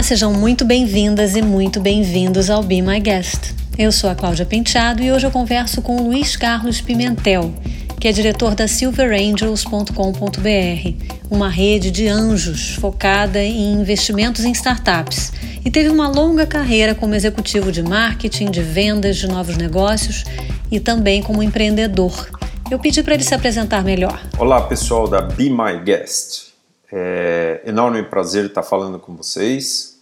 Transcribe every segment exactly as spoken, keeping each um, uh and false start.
sejam muito bem-vindas e muito bem-vindos ao Be My Guest. Eu sou a Cláudia Penteado e hoje eu converso com o Luiz Carlos Pimentel, que é diretor da silver angels ponto com ponto b r, uma rede de anjos focada em investimentos em startups, e teve uma longa carreira como executivo de marketing, de vendas de novos negócios e também como empreendedor. Eu pedi para ele se apresentar melhor. Olá, pessoal da Be My Guest. É enorme prazer estar falando com vocês.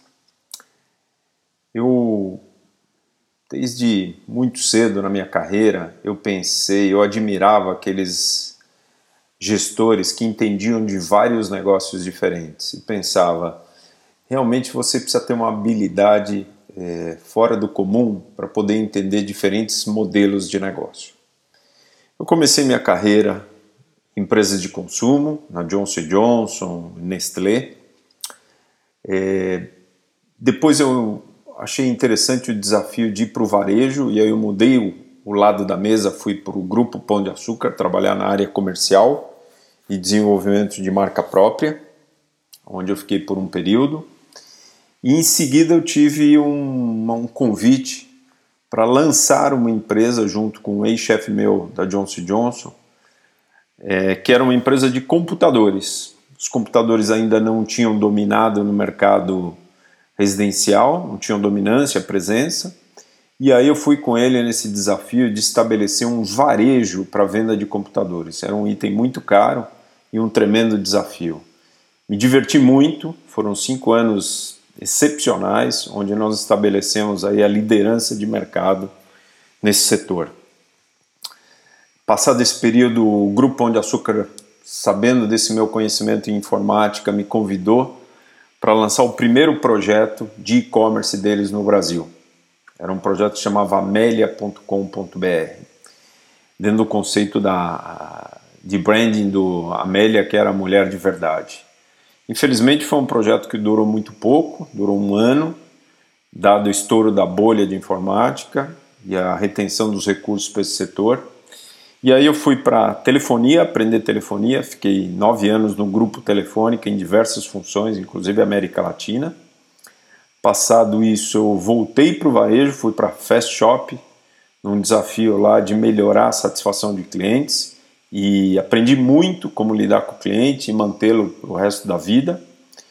Eu, desde muito cedo na minha carreira, eu pensei, eu admirava aqueles gestores que entendiam de vários negócios diferentes. E pensava, realmente você precisa ter uma habilidade é, fora do comum para poder entender diferentes modelos de negócio. Eu comecei minha carreira empresas de consumo, na Johnson and Johnson, Nestlé. É, depois eu achei interessante o desafio de ir para o varejo, e aí eu mudei o, o lado da mesa, fui para o Grupo Pão de Açúcar, trabalhar na área comercial e desenvolvimento de marca própria, onde eu fiquei por um período. E em seguida eu tive um, um convite para lançar uma empresa junto com um ex-chefe meu da Johnson and Johnson, É, que era uma empresa de computadores. Os computadores ainda não tinham dominado no mercado residencial, não tinham dominância, presença, e aí eu fui com ele nesse desafio de estabelecer um varejo para venda de computadores. Era um item muito caro e um tremendo desafio. Me diverti muito, foram cinco anos excepcionais, onde nós estabelecemos aí a liderança de mercado nesse setor. Passado esse período, o Grupo Pão de Açúcar, sabendo desse meu conhecimento em informática, me convidou para lançar o primeiro projeto de e-commerce deles no Brasil. Era um projeto que se chamava amelia ponto com ponto b r, dentro do conceito da, de branding do Amélia, que era a mulher de verdade. Infelizmente foi um projeto que durou muito pouco, durou um ano, dado o estouro da bolha de informática e a retenção dos recursos para esse setor. E aí eu fui para telefonia, aprender telefonia, fiquei nove anos no grupo Telefônica em diversas funções, inclusive América Latina. Passado isso eu voltei para o varejo, fui para Fast Shop, num desafio lá de melhorar a satisfação de clientes, e aprendi muito como lidar com o cliente e mantê-lo para o resto da vida.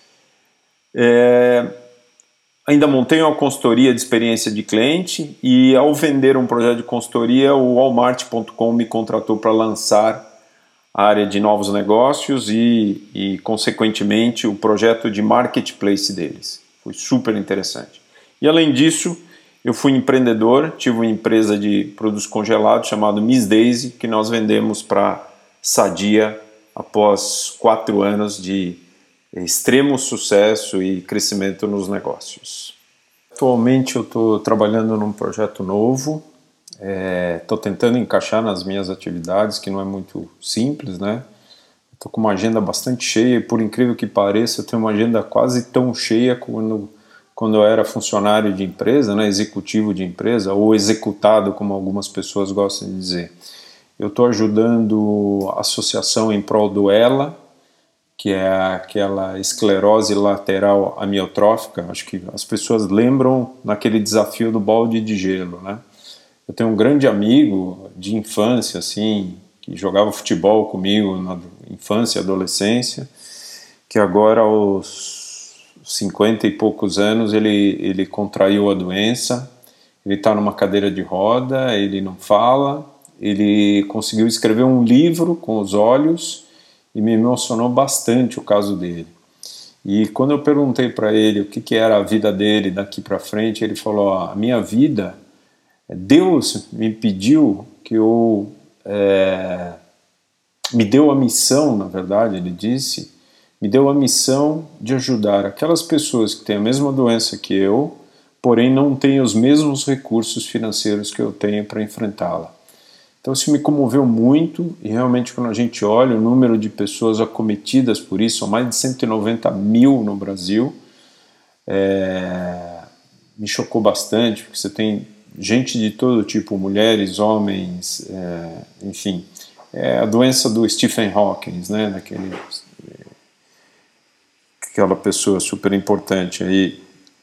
É... Ainda montei uma consultoria de experiência de cliente, e ao vender um projeto de consultoria, o Walmart ponto com me contratou para lançar a área de novos negócios e, e, consequentemente, o projeto de marketplace deles. Foi super interessante. E, além disso, eu fui empreendedor, tive uma empresa de produtos congelados chamada Miss Daisy, que nós vendemos para Sadia após quatro anos de extremo sucesso e crescimento nos negócios. Atualmente eu estou trabalhando num projeto novo, estou é, tentando encaixar nas minhas atividades, que não é muito simples, né? Estou com uma agenda bastante cheia, e por incrível que pareça, eu tenho uma agenda quase tão cheia quando, quando eu era funcionário de empresa, né? Executivo de empresa, ou executado, como algumas pessoas gostam de dizer. Eu estou ajudando a associação em prol do ELA, que é aquela esclerose lateral amiotrófica. Acho que as pessoas lembram naquele desafio do balde de gelo, né? Eu tenho um grande amigo de infância, assim, que jogava futebol comigo na infância e adolescência, que agora aos cinquenta e poucos anos ele, ele contraiu a doença, ele está numa cadeira de roda, ele não fala, ele conseguiu escrever um livro com os olhos, e me emocionou bastante o caso dele. E quando eu perguntei para ele o que, que era a vida dele daqui para frente, ele falou, ó, a minha vida, Deus me pediu que eu, é, me deu a missão, na verdade, ele disse, me deu a missão de ajudar aquelas pessoas que têm a mesma doença que eu, porém não têm os mesmos recursos financeiros que eu tenho para enfrentá-la. Então isso me comoveu muito, e realmente quando a gente olha o número de pessoas acometidas por isso, são mais de cento e noventa mil no Brasil, é, me chocou bastante, porque você tem gente de todo tipo, mulheres, homens, é, enfim, é a doença do Stephen Hawking, né, daquele, aquela pessoa super importante aí,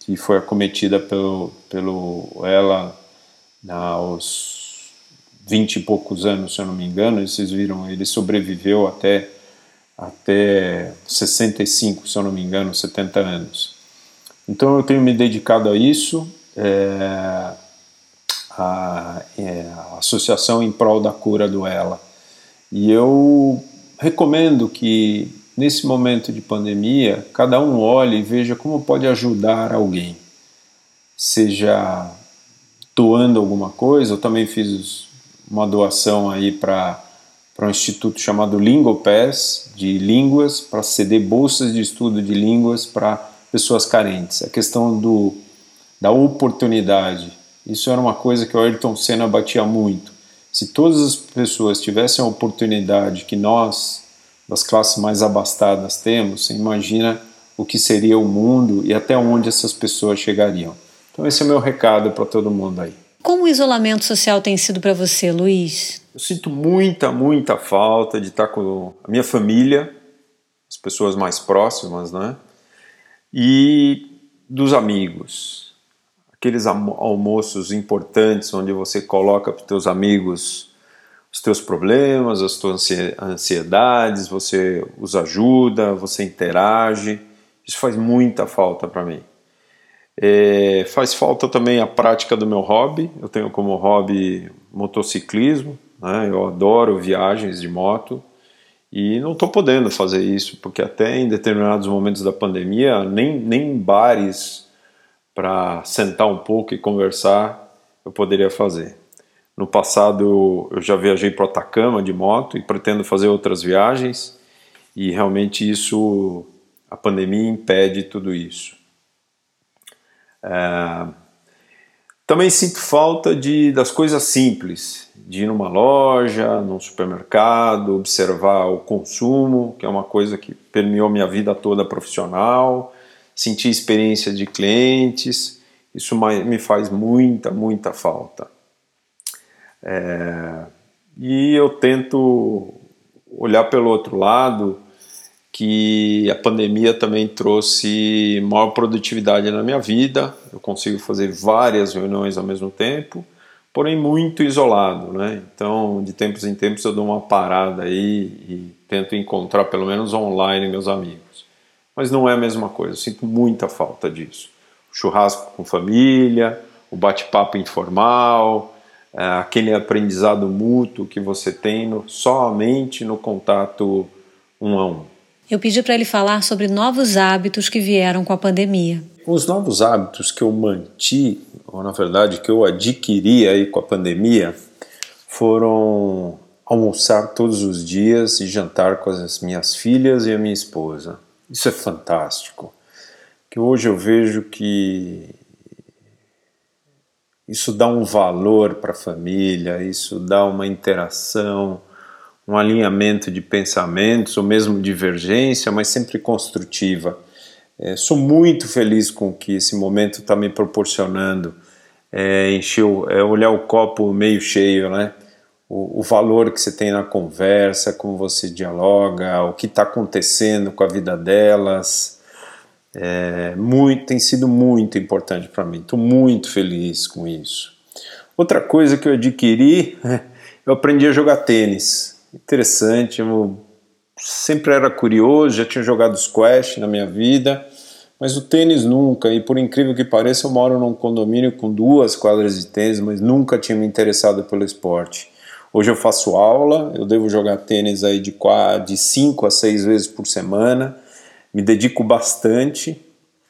que foi acometida pelo, pelo ela aos vinte e poucos anos, se eu não me engano. Vocês viram, ele sobreviveu até, até sessenta e cinco, se eu não me engano, setenta anos. Então eu tenho me dedicado a isso, é, a, é, a associação em prol da cura do ELA. E eu recomendo que nesse momento de pandemia, cada um olhe e veja como pode ajudar alguém, seja doando alguma coisa. Eu também fiz uma doação aí para para um instituto chamado Lingopass, de línguas, para ceder bolsas de estudo de línguas para pessoas carentes. A questão do, da oportunidade, isso era uma coisa que o Ayrton Senna batia muito. Se todas as pessoas tivessem a oportunidade que nós, das classes mais abastadas, temos, você imagina o que seria o mundo e até onde essas pessoas chegariam. Então esse é o meu recado para todo mundo aí. Como o isolamento social tem sido para você, Luiz? Eu sinto muita, muita falta de estar com a minha família, as pessoas mais próximas, né? E dos amigos. Aqueles almoços importantes onde você coloca para os teus amigos os teus problemas, as tuas ansiedades, você os ajuda, você interage. Isso faz muita falta para mim. É, faz falta também a prática do meu hobby. Eu tenho como hobby motociclismo, né? Eu adoro viagens de moto e não estou podendo fazer isso, porque até em determinados momentos da pandemia, nem, nem bares para sentar um pouco e conversar eu poderia fazer. No passado eu já viajei para o Atacama de moto e pretendo fazer outras viagens, e realmente isso, a pandemia impede tudo isso. É, também sinto falta de, das coisas simples, de ir numa loja, num supermercado, observar o consumo, que é uma coisa que permeou minha vida toda profissional, sentir experiência de clientes. Isso me faz muita, muita falta. É, e eu tento olhar pelo outro lado, que a pandemia também trouxe maior produtividade na minha vida. Eu consigo fazer várias reuniões ao mesmo tempo, porém muito isolado, né? Então, de tempos em tempos eu dou uma parada aí e tento encontrar pelo menos online meus amigos. Mas não é a mesma coisa, eu sinto muita falta disso. O churrasco com família, o bate-papo informal, é, aquele aprendizado mútuo que você tem no, somente no contato um a um. Eu pedi para ele falar sobre novos hábitos que vieram com a pandemia. Os novos hábitos que eu manti, ou na verdade que eu adquiri aí com a pandemia, foram almoçar todos os dias e jantar com as minhas filhas e a minha esposa. Isso é fantástico. Que hoje eu vejo que isso dá um valor para a família, isso dá uma interação, um alinhamento de pensamentos, ou mesmo divergência, mas sempre construtiva. É, sou muito feliz com o que esse momento está me proporcionando. É, encheu, é olhar o copo meio cheio, né? O, o valor que você tem na conversa, como você dialoga, o que está acontecendo com a vida delas. É, muito, tem sido muito importante para mim. Estou muito feliz com isso. Outra coisa que eu adquiri, eu aprendi a jogar tênis. Interessante, eu sempre era curioso, já tinha jogado squash na minha vida, mas o tênis nunca, e por incrível que pareça eu moro num condomínio com duas quadras de tênis, mas nunca tinha me interessado pelo esporte. Hoje eu faço aula, eu devo jogar tênis aí de, quatro, de cinco a seis vezes por semana, me dedico bastante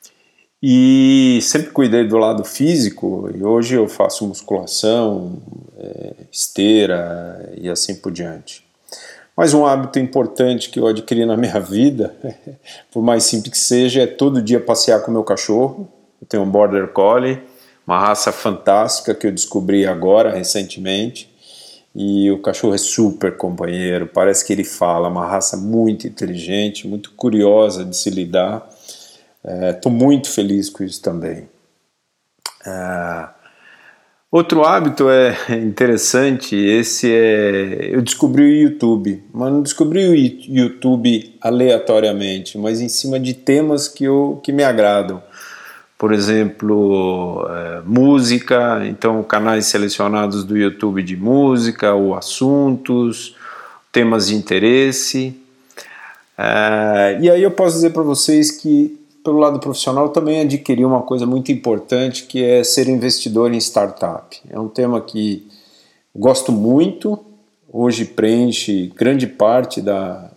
e sempre cuidei do lado físico, e hoje eu faço musculação, é, esteira e assim por diante. Mas um hábito importante que eu adquiri na minha vida, por mais simples que seja, é todo dia passear com o meu cachorro. Eu tenho um Border Collie, uma raça fantástica que eu descobri agora, recentemente. E o cachorro é super companheiro, parece que ele fala, uma raça muito inteligente, muito curiosa de se lidar. Estou é, muito feliz com isso também. É... Outro hábito é interessante, esse é... Eu descobri o YouTube, mas não descobri o YouTube aleatoriamente, mas em cima de temas que, eu, que me agradam. por exemplo, é, música, então canais selecionados do YouTube de música, ou assuntos, temas de interesse. É, e aí eu posso dizer para vocês que, pelo lado profissional, também adquiri uma coisa muito importante, que é ser investidor em startup. É um tema que gosto muito, hoje preenche grande parte da,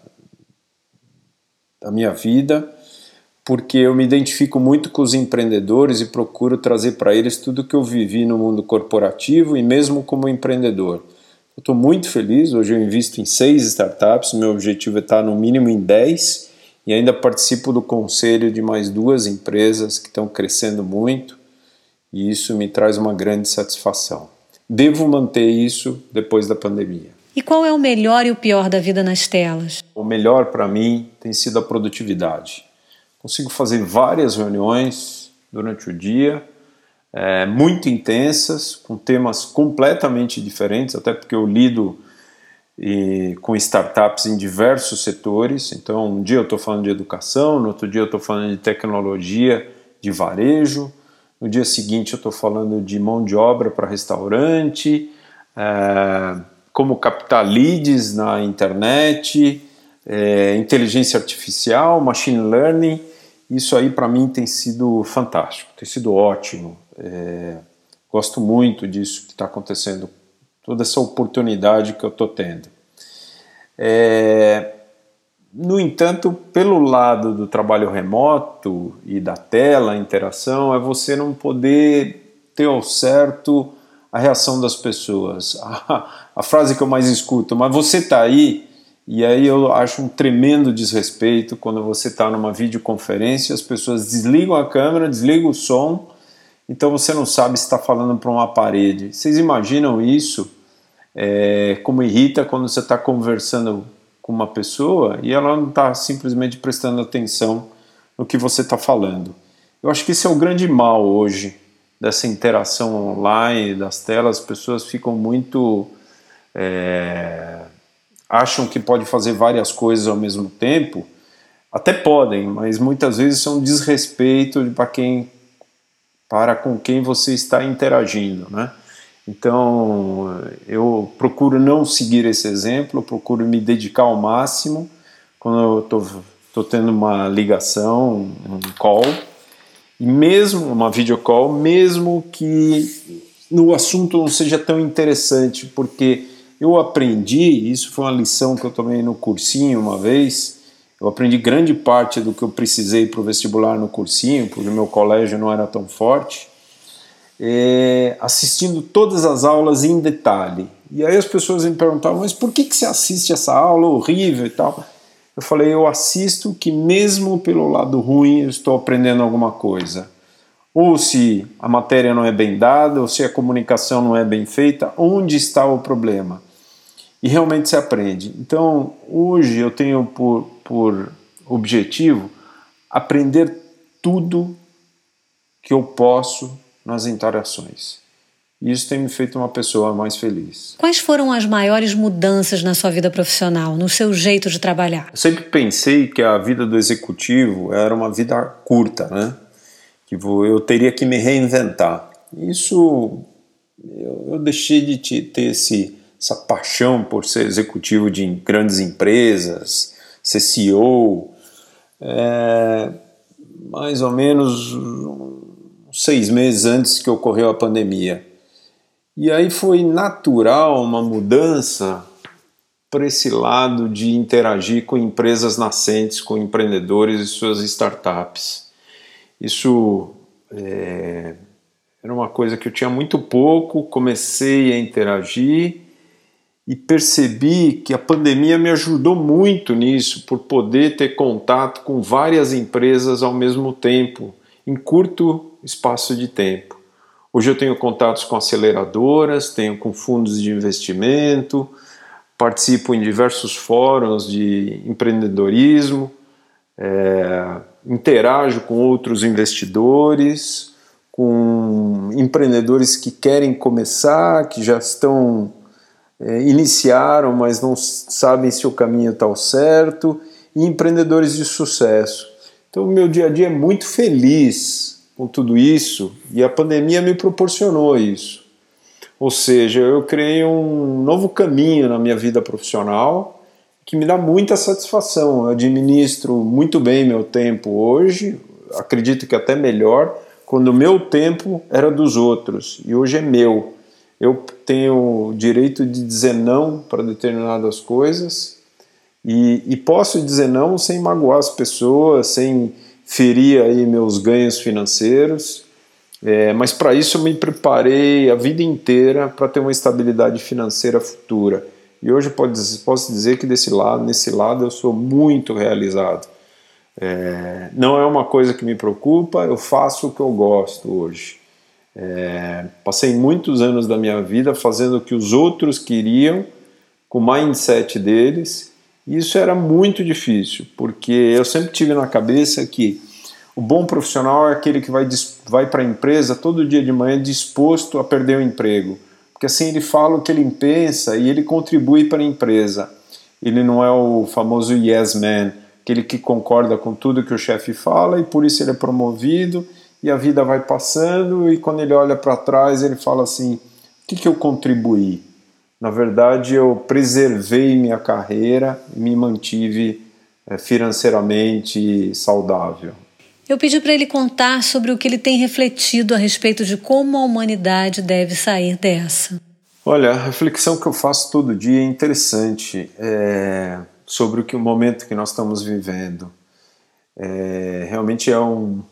da minha vida, porque eu me identifico muito com os empreendedores e procuro trazer para eles tudo que eu vivi no mundo corporativo e mesmo como empreendedor. Eu estou muito feliz, hoje eu invisto em seis startups, meu objetivo é estar no mínimo em dez, e ainda participo do conselho de mais duas empresas que estão crescendo muito, e isso me traz uma grande satisfação. Devo manter isso depois da pandemia. E qual é o melhor e o pior da vida nas telas? O melhor para mim tem sido a produtividade. Consigo fazer várias reuniões durante o dia, é, muito intensas, com temas completamente diferentes, até porque eu lido e, com startups em diversos setores. Então, um dia eu estou falando de educação, no outro dia eu estou falando de tecnologia, de varejo, no dia seguinte eu estou falando de mão de obra para restaurante, é, como captar leads na internet, é, inteligência artificial, machine learning. Isso aí para mim tem sido fantástico, tem sido ótimo. É, gosto muito disso que está acontecendo, toda essa oportunidade que eu estou tendo. É, no entanto, pelo lado do trabalho remoto e da tela, a interação, é você não poder ter ao certo a reação das pessoas. A, a frase que eu mais escuto, mas você está aí? E aí eu acho um tremendo desrespeito quando você está numa videoconferência, as pessoas desligam a câmera, desligam o som, então você não sabe se está falando para uma parede. Vocês imaginam isso? É, como irrita quando você está conversando com uma pessoa e ela não está simplesmente prestando atenção no que você está falando. Eu acho que esse é o grande mal hoje dessa interação online, das telas. As pessoas ficam muito... É, acham que pode fazer várias coisas ao mesmo tempo. Até podem, mas muitas vezes são um desrespeito para quem, para com quem você está interagindo, né? Então eu procuro não seguir esse exemplo, eu procuro me dedicar ao máximo quando eu estou tô tendo uma ligação, um call, e mesmo uma videocall, mesmo que no assunto não seja tão interessante, porque eu aprendi, isso foi uma lição que eu tomei no cursinho uma vez, eu aprendi grande parte do que eu precisei para o vestibular no cursinho, porque o meu colégio não era tão forte, é, assistindo todas as aulas em detalhe. E aí as pessoas me perguntavam, mas por que, que você assiste essa aula horrível e tal? Eu falei, eu assisto que mesmo pelo lado ruim eu estou aprendendo alguma coisa. Ou se a matéria não é bem dada, ou se a comunicação não é bem feita, onde está o problema? E realmente se aprende. Então, hoje eu tenho por, por objetivo aprender tudo que eu posso nas interações. E isso tem me feito uma pessoa mais feliz. Quais foram as maiores mudanças na sua vida profissional, no seu jeito de trabalhar? Eu sempre pensei que a vida do executivo era uma vida curta, né? Que eu teria que me reinventar. Isso, eu, eu deixei de ter esse, essa paixão por ser executivo de grandes empresas, ser C E O, é, mais ou menos seis meses antes que ocorreu a pandemia. E aí foi natural uma mudança para esse lado de interagir com empresas nascentes, com empreendedores e suas startups. Isso é, era uma coisa que eu tinha muito pouco, comecei a interagir e percebi que a pandemia me ajudou muito nisso, por poder ter contato com várias empresas ao mesmo tempo, em curto espaço de tempo. Hoje eu tenho contatos com aceleradoras, tenho com fundos de investimento, participo em diversos fóruns de empreendedorismo, é, interajo com outros investidores, com empreendedores que querem começar, que já estão, é, iniciaram, mas não sabem se o caminho está certo, e empreendedores de sucesso. Então o meu dia a dia é muito feliz com tudo isso, e a pandemia me proporcionou isso. Ou seja, eu criei um novo caminho na minha vida profissional que me dá muita satisfação. Eu administro muito bem meu tempo hoje, acredito que até melhor, quando o meu tempo era dos outros e hoje é meu. Eu tenho o direito de dizer não para determinadas coisas e, e posso dizer não sem magoar as pessoas, sem ferir aí meus ganhos financeiros. É, mas para isso eu me preparei a vida inteira para ter uma estabilidade financeira futura. E hoje pode, posso dizer que desse lado, nesse lado eu sou muito realizado. É, não é uma coisa que me preocupa, eu faço o que eu gosto hoje. É, passei muitos anos da minha vida fazendo o que os outros queriam, com o mindset deles, e isso era muito difícil, porque eu sempre tive na cabeça que o bom profissional é aquele que vai, vai para a empresa todo dia de manhã disposto a perder o emprego. Porque assim ele fala o que ele pensa e ele contribui para a empresa. Ele não é o famoso yes man, aquele que concorda com tudo que o chefe fala e por isso ele é promovido e a vida vai passando e quando ele olha para trás ele fala assim, o que, que eu contribuí? Na verdade eu preservei minha carreira e me mantive é, financeiramente saudável. Eu pedi para ele contar sobre o que ele tem refletido a respeito de como a humanidade deve sair dessa. Olha, a reflexão que eu faço todo dia é interessante é, sobre o, que, o momento que nós estamos vivendo. É, realmente é um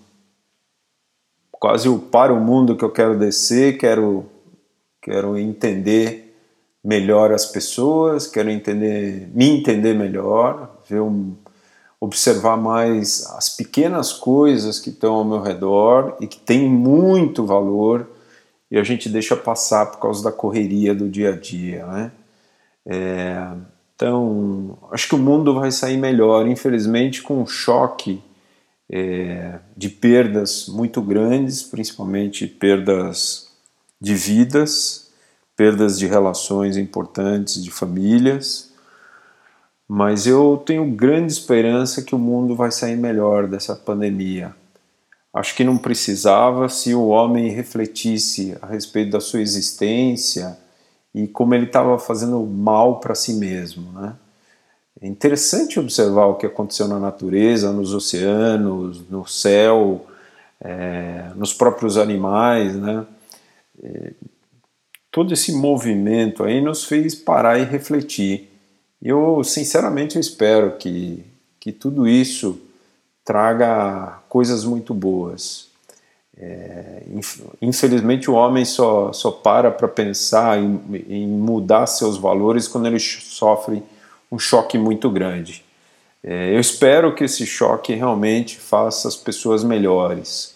quase o para o mundo que eu quero descer, quero, quero entender melhor as pessoas, quero entender, me entender melhor, ver um observar mais as pequenas coisas que estão ao meu redor e que têm muito valor e a gente deixa passar por causa da correria do dia a dia, né? É, então, acho que o mundo vai sair melhor, infelizmente com um choque é, de perdas muito grandes, principalmente perdas de vidas, perdas de relações importantes, de famílias. Mas eu tenho grande esperança que o mundo vai sair melhor dessa pandemia. Acho que não precisava se o homem refletisse a respeito da sua existência e como ele estava fazendo mal para si mesmo, né? É interessante observar o que aconteceu na natureza, nos oceanos, no céu, é, nos próprios animais, né? É, todo esse movimento aí nos fez parar e refletir. Eu, sinceramente, eu espero que, que tudo isso traga coisas muito boas. É, infelizmente, o homem só, só para para pensar em, em mudar seus valores quando ele sofre um choque muito grande. É, eu espero que esse choque realmente faça as pessoas melhores,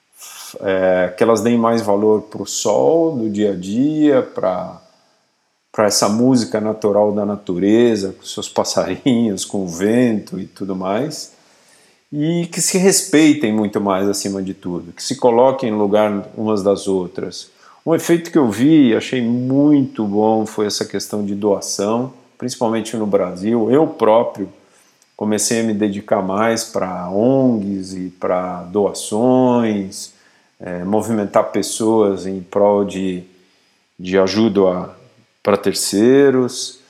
é, que elas deem mais valor para o sol do dia a dia, para para essa música natural da natureza, com seus passarinhos, com o vento e tudo mais, e que se respeitem muito mais acima de tudo, que se coloquem no lugar umas das outras. Um efeito que eu vi e achei muito bom foi essa questão de doação, principalmente no Brasil. Eu próprio comecei a me dedicar mais para O N Gs e para doações, é, movimentar pessoas em prol de, de ajuda a para terceiros,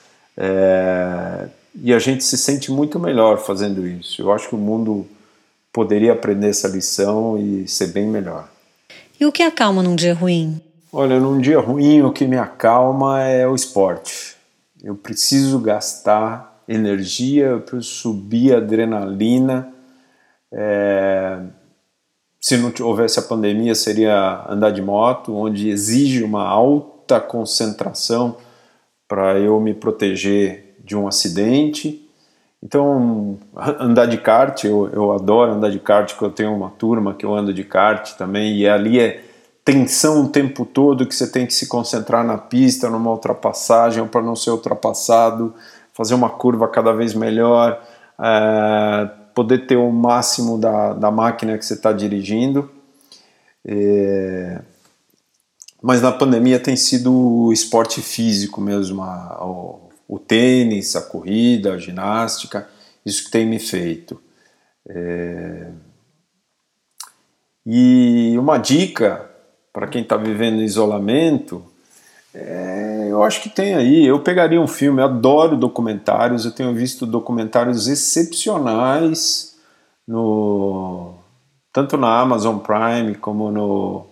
é, e a gente se sente muito melhor fazendo isso. Eu acho que o mundo poderia aprender essa lição e ser bem melhor. E o que acalma num dia ruim? Olha, num dia ruim o que me acalma é o esporte. Eu preciso gastar energia, eu preciso subir a adrenalina. É, se não houvesse a pandemia seria andar de moto, onde exige uma alta concentração para eu me proteger de um acidente. Então, andar de kart, eu, eu adoro andar de kart, porque eu tenho uma turma que eu ando de kart também, e ali é tensão o tempo todo, que você tem que se concentrar na pista, numa ultrapassagem, para não ser ultrapassado, fazer uma curva cada vez melhor, é, poder ter o máximo da, da máquina que você está dirigindo. É, mas na pandemia tem sido o esporte físico mesmo, a, o, o tênis, a corrida, a ginástica, isso que tem me feito. É... E uma dica para quem está vivendo isolamento, é, eu acho que tem aí, eu pegaria um filme, eu adoro documentários, eu tenho visto documentários excepcionais, no, tanto na Amazon Prime como no,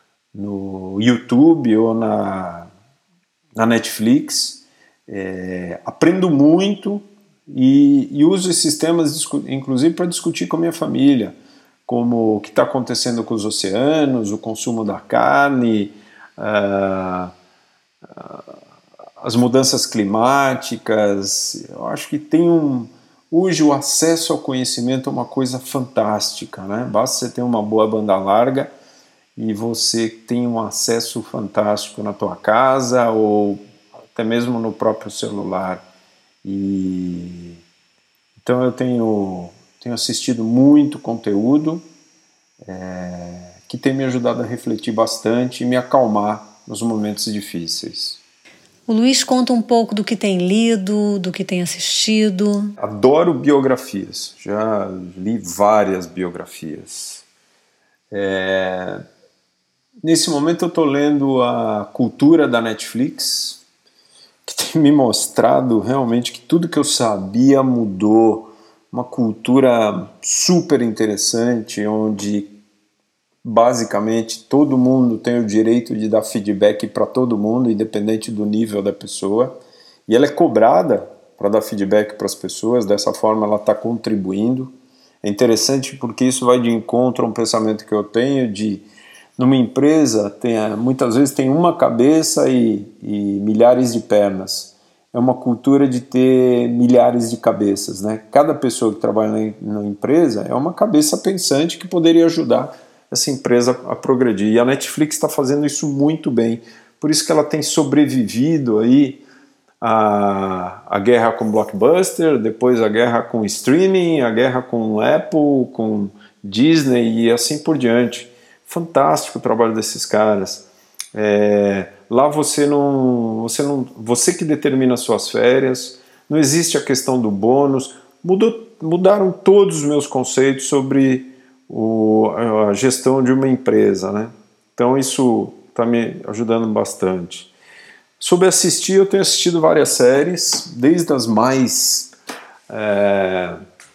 no YouTube ou na, na Netflix. É, aprendo muito e, e uso esses temas, inclusive, para discutir com a minha família, como o que está acontecendo com os oceanos, o consumo da carne, uh, uh, as mudanças climáticas. Eu acho que tem um... Hoje o acesso ao conhecimento é uma coisa fantástica, né? Basta você ter uma boa banda larga e você tem um acesso fantástico na tua casa ou até mesmo no próprio celular. E então eu tenho, tenho assistido muito conteúdo é, que tem me ajudado a refletir bastante e me acalmar nos momentos difíceis. O Luiz conta um pouco do que tem lido, do que tem assistido. Adoro biografias, já li várias biografias. É, nesse momento eu estou lendo A Cultura da Netflix, que tem me mostrado realmente que tudo que eu sabia mudou. Uma cultura super interessante, onde basicamente todo mundo tem o direito de dar feedback para todo mundo, independente do nível da pessoa, e ela é cobrada para dar feedback para as pessoas, dessa forma ela está contribuindo. É interessante porque isso vai de encontro a um pensamento que eu tenho de, numa empresa, tem, muitas vezes tem uma cabeça e, e milhares de pernas. É uma cultura de ter milhares de cabeças, né? Cada pessoa que trabalha na, na empresa é uma cabeça pensante que poderia ajudar essa empresa a progredir. E a Netflix está fazendo isso muito bem. Por isso que ela tem sobrevivido aí a, a guerra com Blockbuster, depois a guerra com streaming, a guerra com Apple, com Disney e assim por diante. Fantástico o trabalho desses caras. É, lá você não, você não, você que determina as suas férias, não existe a questão do bônus. Mudou, mudaram todos os meus conceitos sobre o, a gestão de uma empresa, né? Então isso está me ajudando bastante. Sobre assistir, eu tenho assistido várias séries, desde as mais é,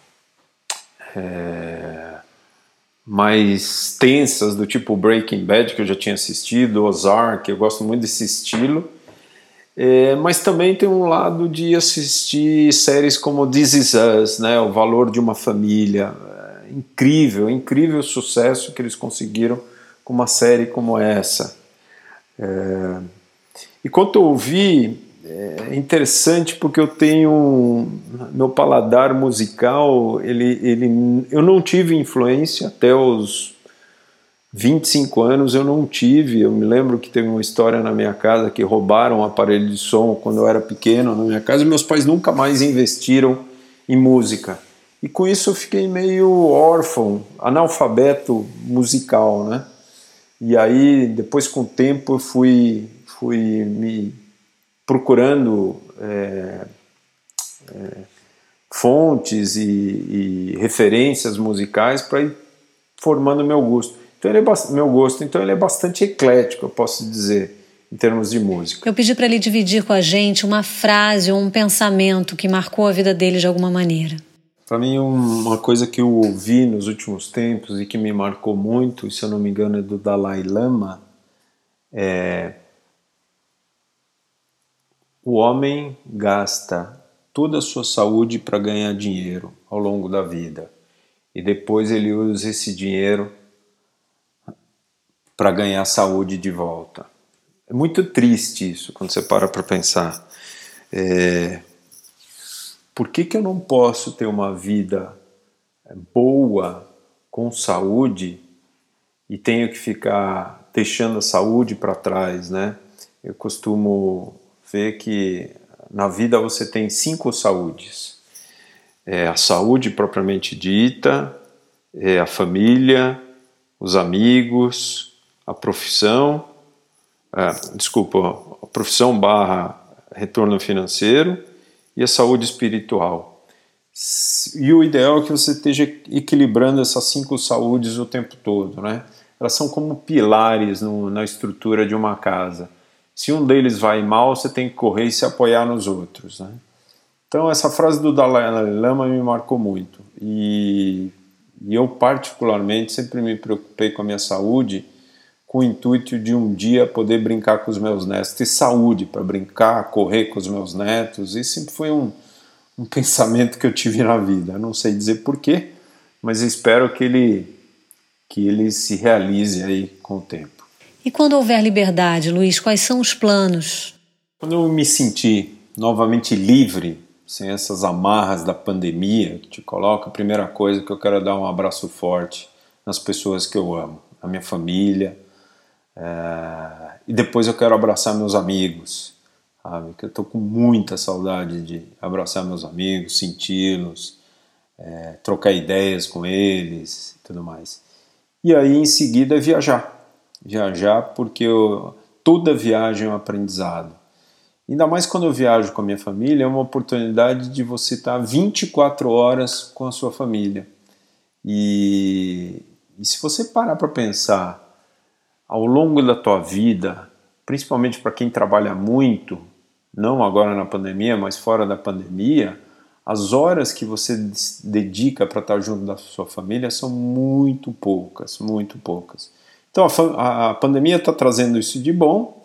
é, mais tensas, do tipo Breaking Bad, que eu já tinha assistido, Ozark, eu gosto muito desse estilo, é, mas também tem um lado de assistir séries como This Is Us, né, O Valor de uma Família. É incrível, incrível o sucesso que eles conseguiram com uma série como essa. É, e quanto eu ouvi, é interessante porque eu tenho, meu paladar musical, ele, ele, eu não tive influência até os vinte e cinco anos, eu não tive. Eu me lembro que teve uma história na minha casa que roubaram um aparelho de som quando eu era pequeno na minha casa, e meus pais nunca mais investiram em música. E com isso eu fiquei meio órfão, analfabeto musical, né? E aí, depois com o tempo, eu fui, fui me procurando é, é, fontes e, e referências musicais para ir formando meu gosto. Então ele é meu gosto, então ele é bastante eclético, eu posso dizer, em termos de música. Eu pedi para ele dividir com a gente uma frase ou um pensamento que marcou a vida dele de alguma maneira. Para mim, uma coisa que eu ouvi nos últimos tempos e que me marcou muito, e se eu não me engano é do Dalai Lama, é: o homem gasta toda a sua saúde para ganhar dinheiro ao longo da vida, e depois ele usa esse dinheiro para ganhar saúde de volta. É muito triste isso, quando você para para pensar. É... Por que que eu não posso ter uma vida boa, com saúde, e tenho que ficar deixando a saúde para trás, né? Eu costumo ver que na vida você tem cinco saúdes. É a saúde propriamente dita, é a família, os amigos, a profissão, ah, desculpa, a profissão barra retorno financeiro, e a saúde espiritual. E o ideal é que você esteja equilibrando essas cinco saúdes o tempo todo, né? Elas são como pilares no, na estrutura de uma casa. Se um deles vai mal, você tem que correr e se apoiar nos outros, né? Então essa frase do Dalai Lama me marcou muito. E, e eu particularmente sempre me preocupei com a minha saúde, com o intuito de um dia poder brincar com os meus netos, ter saúde para brincar, correr com os meus netos. Isso sempre foi um, um pensamento que eu tive na vida. Eu não sei dizer porquê, mas eu espero que ele, que ele se realize aí com o tempo. E quando houver liberdade, Luiz, quais são os planos? Quando eu me sentir novamente livre, sem essas amarras da pandemia que te coloca, a primeira coisa que eu quero é dar um abraço forte nas pessoas que eu amo, a minha família, é... e depois eu quero abraçar meus amigos, sabe? Que eu estou com muita saudade de abraçar meus amigos, senti-los, é... trocar ideias com eles e tudo mais. E aí em seguida viajar, viajar porque eu... toda viagem é um aprendizado. Ainda mais quando eu viajo com a minha família, é uma oportunidade de você estar vinte e quatro horas com a sua família. E, e se você parar para pensar, ao longo da tua vida, principalmente para quem trabalha muito, não agora na pandemia, mas fora da pandemia, as horas que você dedica para estar junto da sua família são muito poucas, muito poucas. Então a, a pandemia está trazendo isso de bom.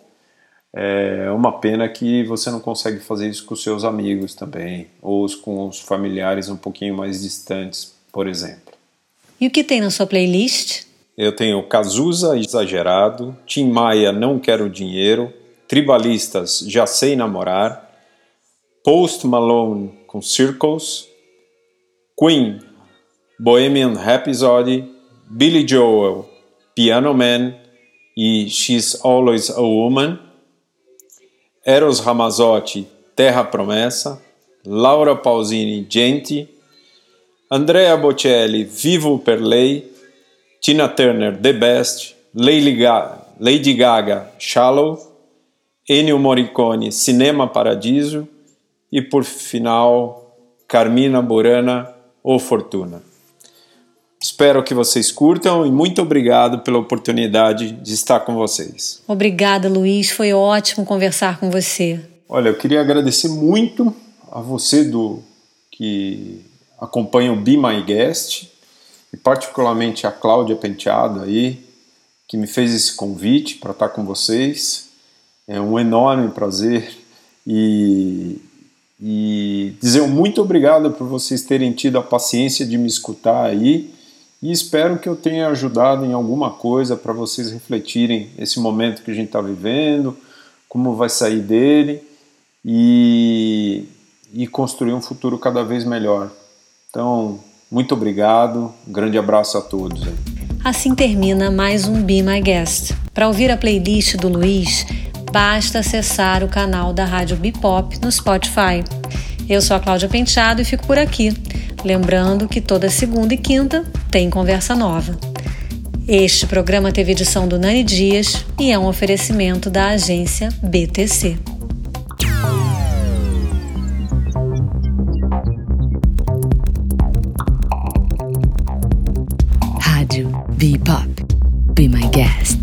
É uma pena que você não consegue fazer isso com os seus amigos também, ou com os familiares um pouquinho mais distantes, por exemplo. E o que tem na sua playlist? Eu tenho Cazuza Exagerado, Tim Maia Não Quero Dinheiro, Tribalistas Já Sei Namorar, Post Malone com Circles, Queen Bohemian Rhapsody, Billy Joel Piano Man e She's Always a Woman, Eros Ramazzotti, Terra Promessa, Laura Pausini, Gente, Andrea Bocelli, Vivo per Lei, Tina Turner, The Best, Lady Gaga, Lady Gaga Shallow, Ennio Morricone, Cinema Paradiso e, por final, Carmina Burana, O Fortuna. Espero que vocês curtam e muito obrigado pela oportunidade de estar com vocês. Obrigada, Luiz. Foi ótimo conversar com você. Olha, eu queria agradecer muito a você do, que acompanha o Be My Guest e particularmente a Cláudia Penteado aí, que me fez esse convite para estar com vocês. É um enorme prazer e, e dizer um muito obrigado por vocês terem tido a paciência de me escutar aí. E espero que eu tenha ajudado em alguma coisa para vocês refletirem esse momento que a gente está vivendo, como vai sair dele e, e construir um futuro cada vez melhor. Então, muito obrigado, um grande abraço a todos. Assim termina mais um Be My Guest. Para ouvir a playlist do Luiz, basta acessar o canal da Rádio Bipop no Spotify. Eu sou a Cláudia Penteado e fico por aqui. Lembrando que toda segunda e quinta tem conversa nova. Este programa teve edição do Nani Dias e é um oferecimento da agência B T C. Rádio Bipop. Be My Guest.